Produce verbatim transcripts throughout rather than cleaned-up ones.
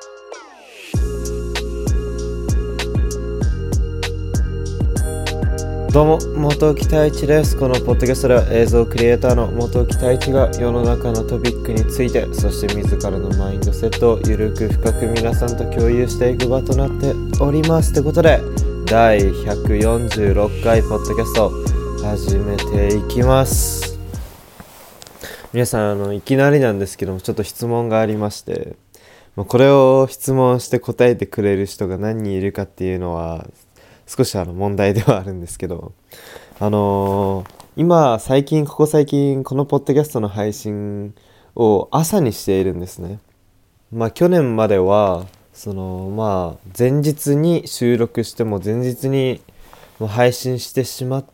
どうも、元木太一です。このポッドキャストでは映像クリエイターの元木太一が世の中のトピックについて、そして自らのマインドセットをゆるく深く皆さんと共有していく場となっておりますということで、だいひゃくよんじゅうろっかいポッドキャスト始めていきます。皆さん、あのいきなりなんですけども、ちょっと質問がありまして、これを質問して答えてくれる人が何人いるかっていうのは少しあの問題ではあるんですけど、あのー、今最近ここ最近このポッドキャストの配信を朝にしているんですね。まあ去年まではそのまあ前日に収録しても前日にもう配信してしまって、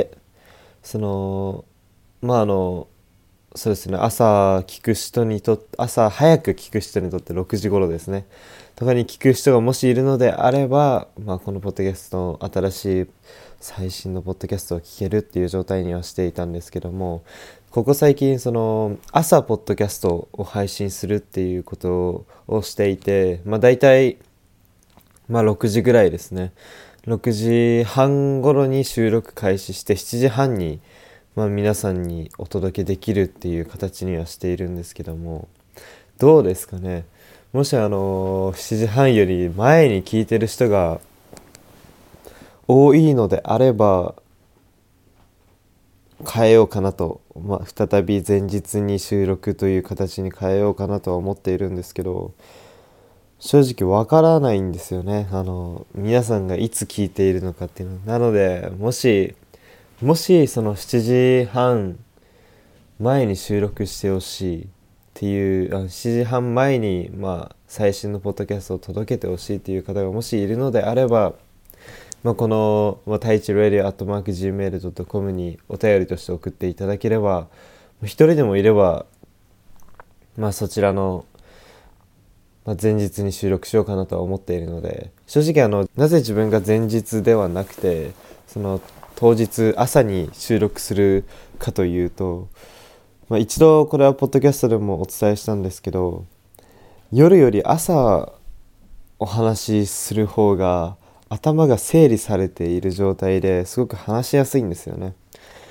そのまああのそうですね、朝聞く人にとって朝早く聞く人にとってろくじ頃ですねとかに聞く人がもしいるのであれば、まあ、このポッドキャストの新しい最新のポッドキャストを聞けるっていう状態にはしていたんですけども、ここ最近その朝ポッドキャストを配信するっていうことをしていて、まあ大体まあろくじぐらいですね、ろくじはん頃に収録開始してしちじはんにまあ皆さんにお届けできるっていう形にはしているんですけども、どうですかね。もしあのしちじはんより前に聞いてる人が多いのであれば変えようかなと、まあ、再び前日に収録という形に変えようかなとは思っているんですけど、正直わからないんですよね。あの皆さんがいつ聞いているのかっていうのなので、もしもしそのしちじはん前に収録してほしいっていうあしちじはん前にまあ最新のポッドキャストを届けてほしいっていう方がもしいるのであれば、まあ、この、まあ、太一ラディオアットマークジーメールドットコム にお便りとして送っていただければ、一人でもいれば、まあ、そちらの、まあ、前日に収録しようかなとは思っているので、正直あのなぜ自分が前日ではなくてその当日朝に収録するかというと、まあ、一度これはポッドキャストでもお伝えしたんですけど、夜より朝お話しする方が頭が整理されている状態ですごく話しやすいんですよね。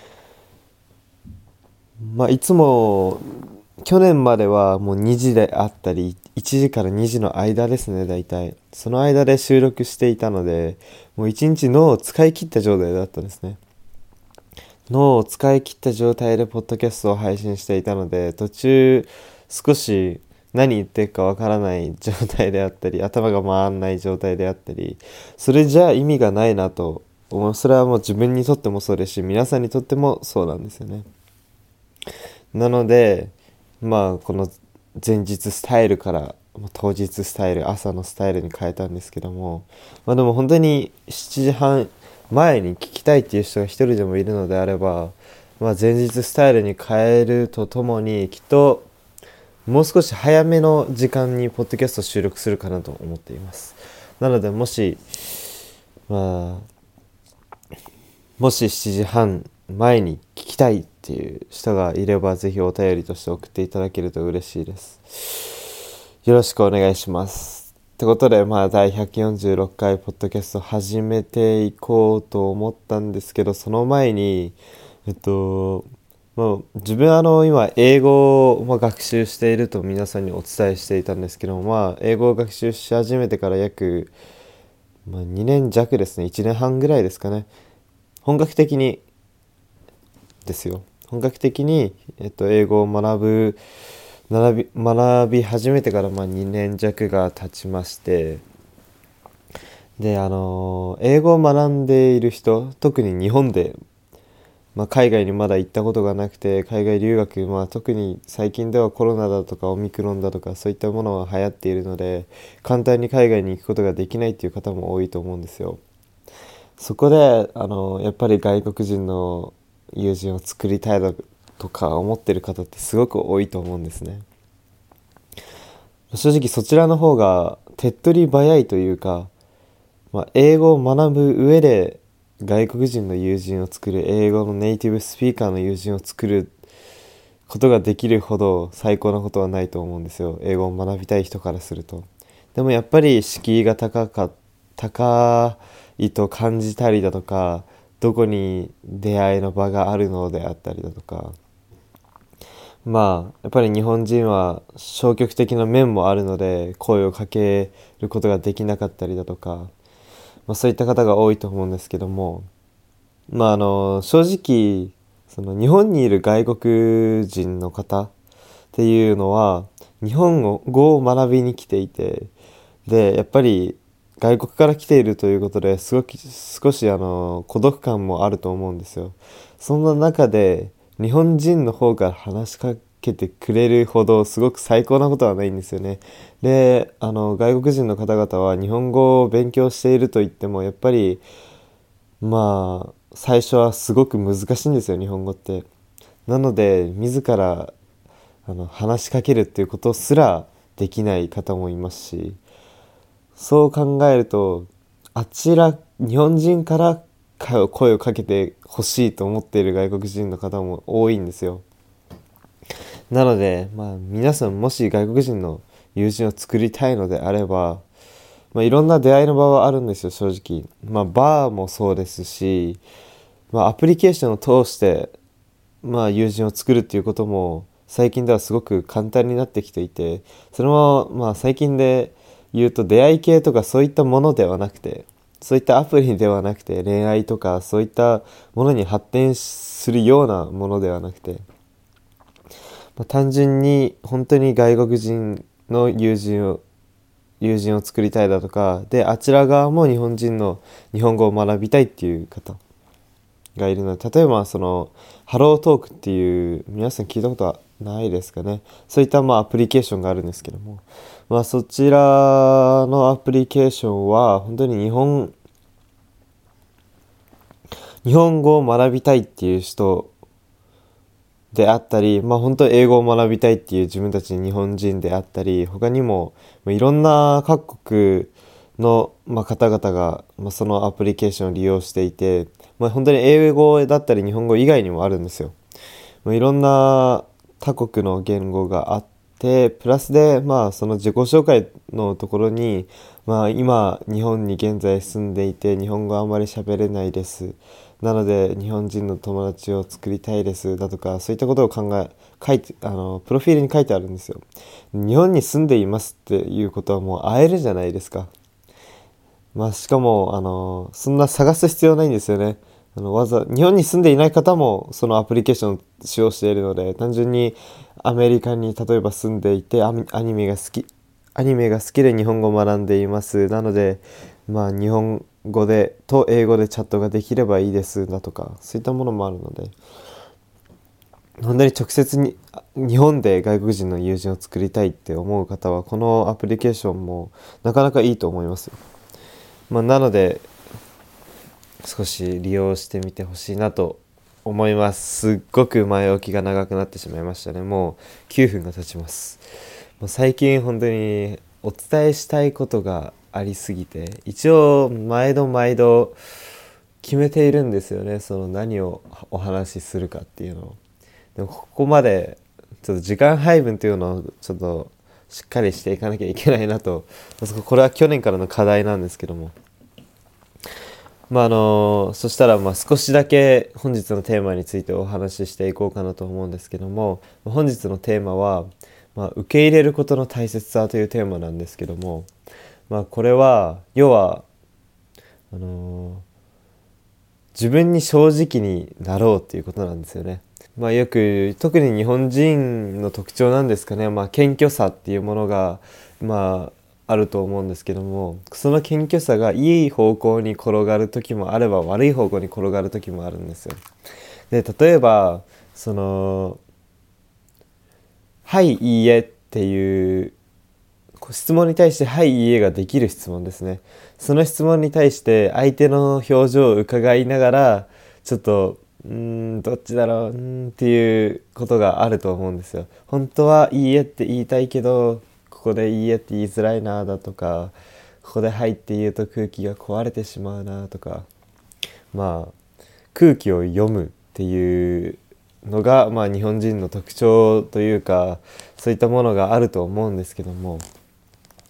まあいつも去年まではもうにじであったりいちじからにじの間ですね、大体その間で収録していたので、もう一日脳を使い切った状態だったんですね。脳を使い切った状態でポッドキャストを配信していたので、途中少し何言ってるかわからない状態であったり、頭が回らない状態であったり、それじゃあ意味がないなと思う。それはもう自分にとってもそうですし、皆さんにとってもそうなんですよね。なのでまあこの前日スタイルから当日スタイル、朝のスタイルに変えたんですけども、まあでも本当にしちじはん前に聞きたいっていう人が一人でもいるのであれば、まあ、前日スタイルに変えるとともにきっともう少し早めの時間にポッドキャスト収録するかなと思っています。なのでもしまあもししちじはん前に聞きたいっていう人がいれば、ぜひお便りとして送っていただけると嬉しいです。よろしくお願いします。ってことで、まあだいひゃくよんじゅうろっかいポッドキャスト始めていこうと思ったんですけど、その前にえっとまあ、自分あの今英語を学習していると皆さんにお伝えしていたんですけども、まあ英語を学習し始めてから約、まあ、にねん弱ですね、いちねんはんぐらいですかね、本格的にですよ本格的に、えっと、英語を学ぶ学び、学び始めてからまあにねん弱が経ちまして、であの英語を学んでいる人、特に日本で、まあ、海外にまだ行ったことがなくて海外留学、まあ、特に最近ではコロナだとかオミクロンだとかそういったものが流行っているので、簡単に海外に行くことができないっていう方も多いと思うんですよ。そこであのやっぱり外国人の友人を作りたいだとか思ってる方ってすごく多いと思うんですね。正直そちらの方が手っ取り早いというか、まあ、英語を学ぶ上で外国人の友人を作る、英語のネイティブスピーカーの友人を作ることができるほど最高なことはないと思うんですよ、英語を学びたい人からすると。 でもやっぱり敷居が高か高いと感じたりだとか、どこに出会いの場があるのであったりだとか、まあやっぱり日本人は消極的な面もあるので、声をかけることができなかったりだとか、まあ、そういった方が多いと思うんですけども、まああの正直その日本にいる外国人の方っていうのは日本語を学びに来ていて、でやっぱり外国から来ているということですごく少しあの孤独感もあると思うんですよ。そんな中で日本人の方から話しかけてくれるほどすごく最高なことはないんですよね。であの外国人の方々は日本語を勉強していると言ってもやっぱりまあ最初はすごく難しいんですよ、日本語って。なので自らあの話しかけるっていうことすらできない方もいますし、そう考えるとあちら日本人から声をかけてほしいと思っている外国人の方も多いんですよ。なので、まあ、皆さんもし外国人の友人を作りたいのであれば、まあ、いろんな出会いの場はあるんですよ、正直。まあ、バーもそうですし、まあ、アプリケーションを通して、まあ、友人を作るっていうことも最近ではすごく簡単になってきていて、それも、まあ、最近で言うと出会い系とかそういったものではなくて、そういったアプリではなくて、恋愛とかそういったものに発展するようなものではなくて、まあ、単純に本当に外国人の友人を友人を作りたいだとかで、あちら側も日本人の日本語を学びたいっていう方がいるので、例えばそのハロートークっていう皆さん聞いたことはないですかね。そういったまあアプリケーションがあるんですけども、まあ、そちらのアプリケーションは本当に日本日本語を学びたいっていう人であったり、まあ本当に英語を学びたいっていう自分たち日本人であったり、他にもいろんな各国の、まあ、方々が、まあ、そのアプリケーションを利用していて、まあ、本当に英語だったり日本語以外にもあるんですよ。まあ、いろんな他国の言語があって、プラスで、まあその自己紹介のところに、まあ今日本に現在住んでいて日本語あまり喋れないです。なので日本人の友達を作りたいですだとか、そういったことを考え、書いて、あの、プロフィールに書いてあるんですよ。日本に住んでいますっていうことはもう会えるじゃないですか。まあしかも、あの、そんな探す必要ないんですよね。あの、わざ、日本に住んでいない方もそのアプリケーションを使用しているので、単純にアメリカに例えば住んでいて、アニアニメが好き、アニメが好きで日本語を学んでいます。なので、まあ日本語でと英語でチャットができればいいですだとか、そういったものもあるので、本当に直接に日本で外国人の友人を作りたいって思う方は、このアプリケーションもなかなかいいと思いますよ。まあ、なので少し利用してみてほしいなと思います。すっごく前置きが長くなってしまいましたね。もうきゅうふんが経ちます。もう最近本当にお伝えしたいことがありすぎて、一応毎度毎度決めているんですよね。その何をお話しするかっていうのを。でもここまでちょっと時間配分というのをちょっとしっかりしていかなきゃいけないなと。これは去年からの課題なんですけども、まああのそしたらまあ少しだけ本日のテーマについてお話ししていこうかなと思うんですけども、本日のテーマは、まあ、受け入れることの大切さというテーマなんですけども、まあ、これは要はあの自分に正直になろうっていうことなんですよね。まあよく特に日本人の特徴なんですかね、まあ謙虚さっていうものがまああると思うんですけども、その謙虚さがいい方向に転がる時もあれば悪い方向に転がる時もあるんですよ。で例えばそのはいいいえっていう質問に対してはいいいえができる質問ですね。その質問に対して相手の表情を伺いながらちょっとうーんどっちだろううーんっていうことがあると思うんですよ。本当はいいえって言いたいけどここでいいえって言いづらいなだとか、ここではいって言うと空気が壊れてしまうなとか、まあ空気を読むっていうのがまあ日本人の特徴というか、そういったものがあると思うんですけども、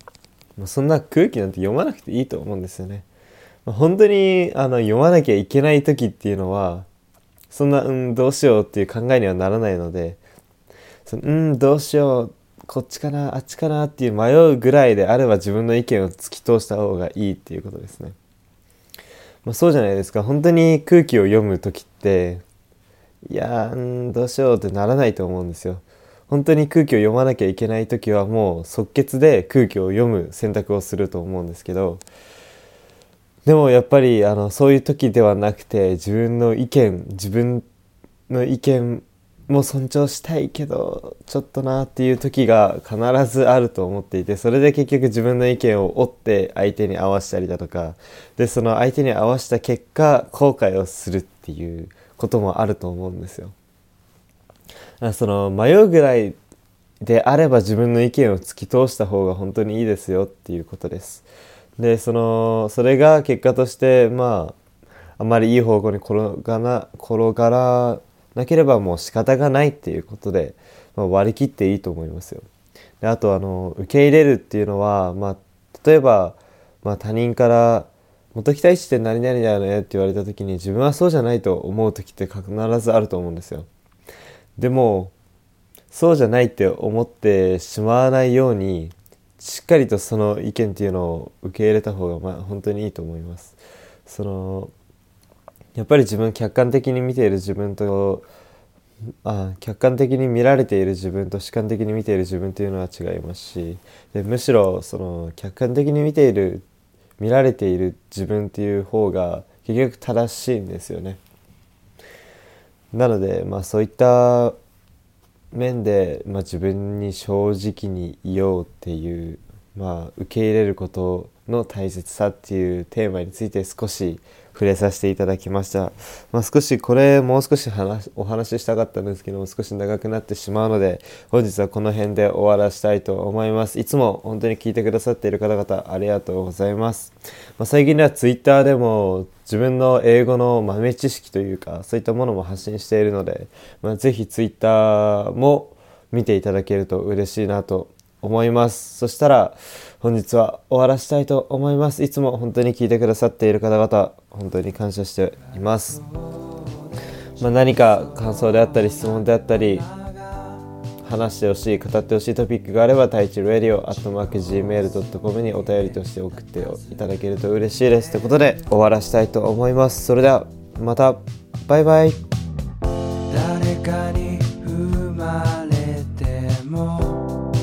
もうそんな空気なんて読まなくていいと思うんですよね。まあ本当にあの読まなきゃいけない時っていうのはそんなうんどうしようっていう考えにはならないので、そのうんどうしようこっちかなあっちかなっていう迷うぐらいであれば自分の意見を突き通した方がいいっていうことですね。まあ、そうじゃないですか。本当に空気を読む時っていやーうんどうしようってならないと思うんですよ。本当に空気を読まなきゃいけない時はもう即決で空気を読む選択をすると思うんですけど、でもやっぱりあのそういう時ではなくて自分の意見自分の意見も尊重したいけどちょっとなっていう時が必ずあると思っていて、それで結局自分の意見を追って相手に合わせたりだとかで、その相手に合わせた結果後悔をするっていうこともあると思うんですよ。その迷うぐらいであれば自分の意見を突き通した方が本当にいいですよっていうことです。でそのそれが結果としてまああまりいい方向に転がな転がらなければもう仕方がないっていうことで、まあ、割り切っていいと思いますよ。であとあの受け入れるっていうのは、まあ、例えば、まあ、他人から元期待値って何々だよねって言われた時に自分はそうじゃないと思う時って必ずあると思うんですよ。でもそうじゃないって思ってしまわないようにしっかりとその意見っていうのを受け入れた方がまあ本当にいいと思います。そのやっぱり自分客観的に見ている自分とあ客観的に見られている自分と主観的に見ている自分というのは違いますし、でむしろその客観的に見ている見られている自分っていう方が結局正しいんですよね。なのでまあそういった面で、まあ、自分に正直にいようっていう、まあ、受け入れることの大切さっていうテーマについて少し触れさせていただきました。まあ、少しこれもう少し話お話ししたかったんですけども少し長くなってしまうので本日はこの辺で終わらしたいと思います。いつも本当に聞いてくださっている方々ありがとうございます。まあ、最近ではツイッターでも自分の英語の豆知識というかそういったものも発信しているので、まあ、ぜひツイッターも見ていただけると嬉しいなと思います。そしたら本日は終わらしたいと思います。いつも本当に聞いてくださっている方々本当に感謝しています。まあ、何か感想であったり質問であったり話してほしい語ってほしいトピックがあれば太一ラディオアットマーク ジーメールドットコム にお便りとして送っていただけると嬉しいです。ということで終わらしたいと思います。それではまたバイバイ。誰かに生まれても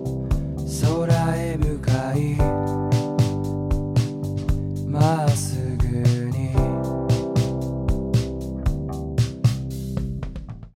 空へ向かいまっすぐ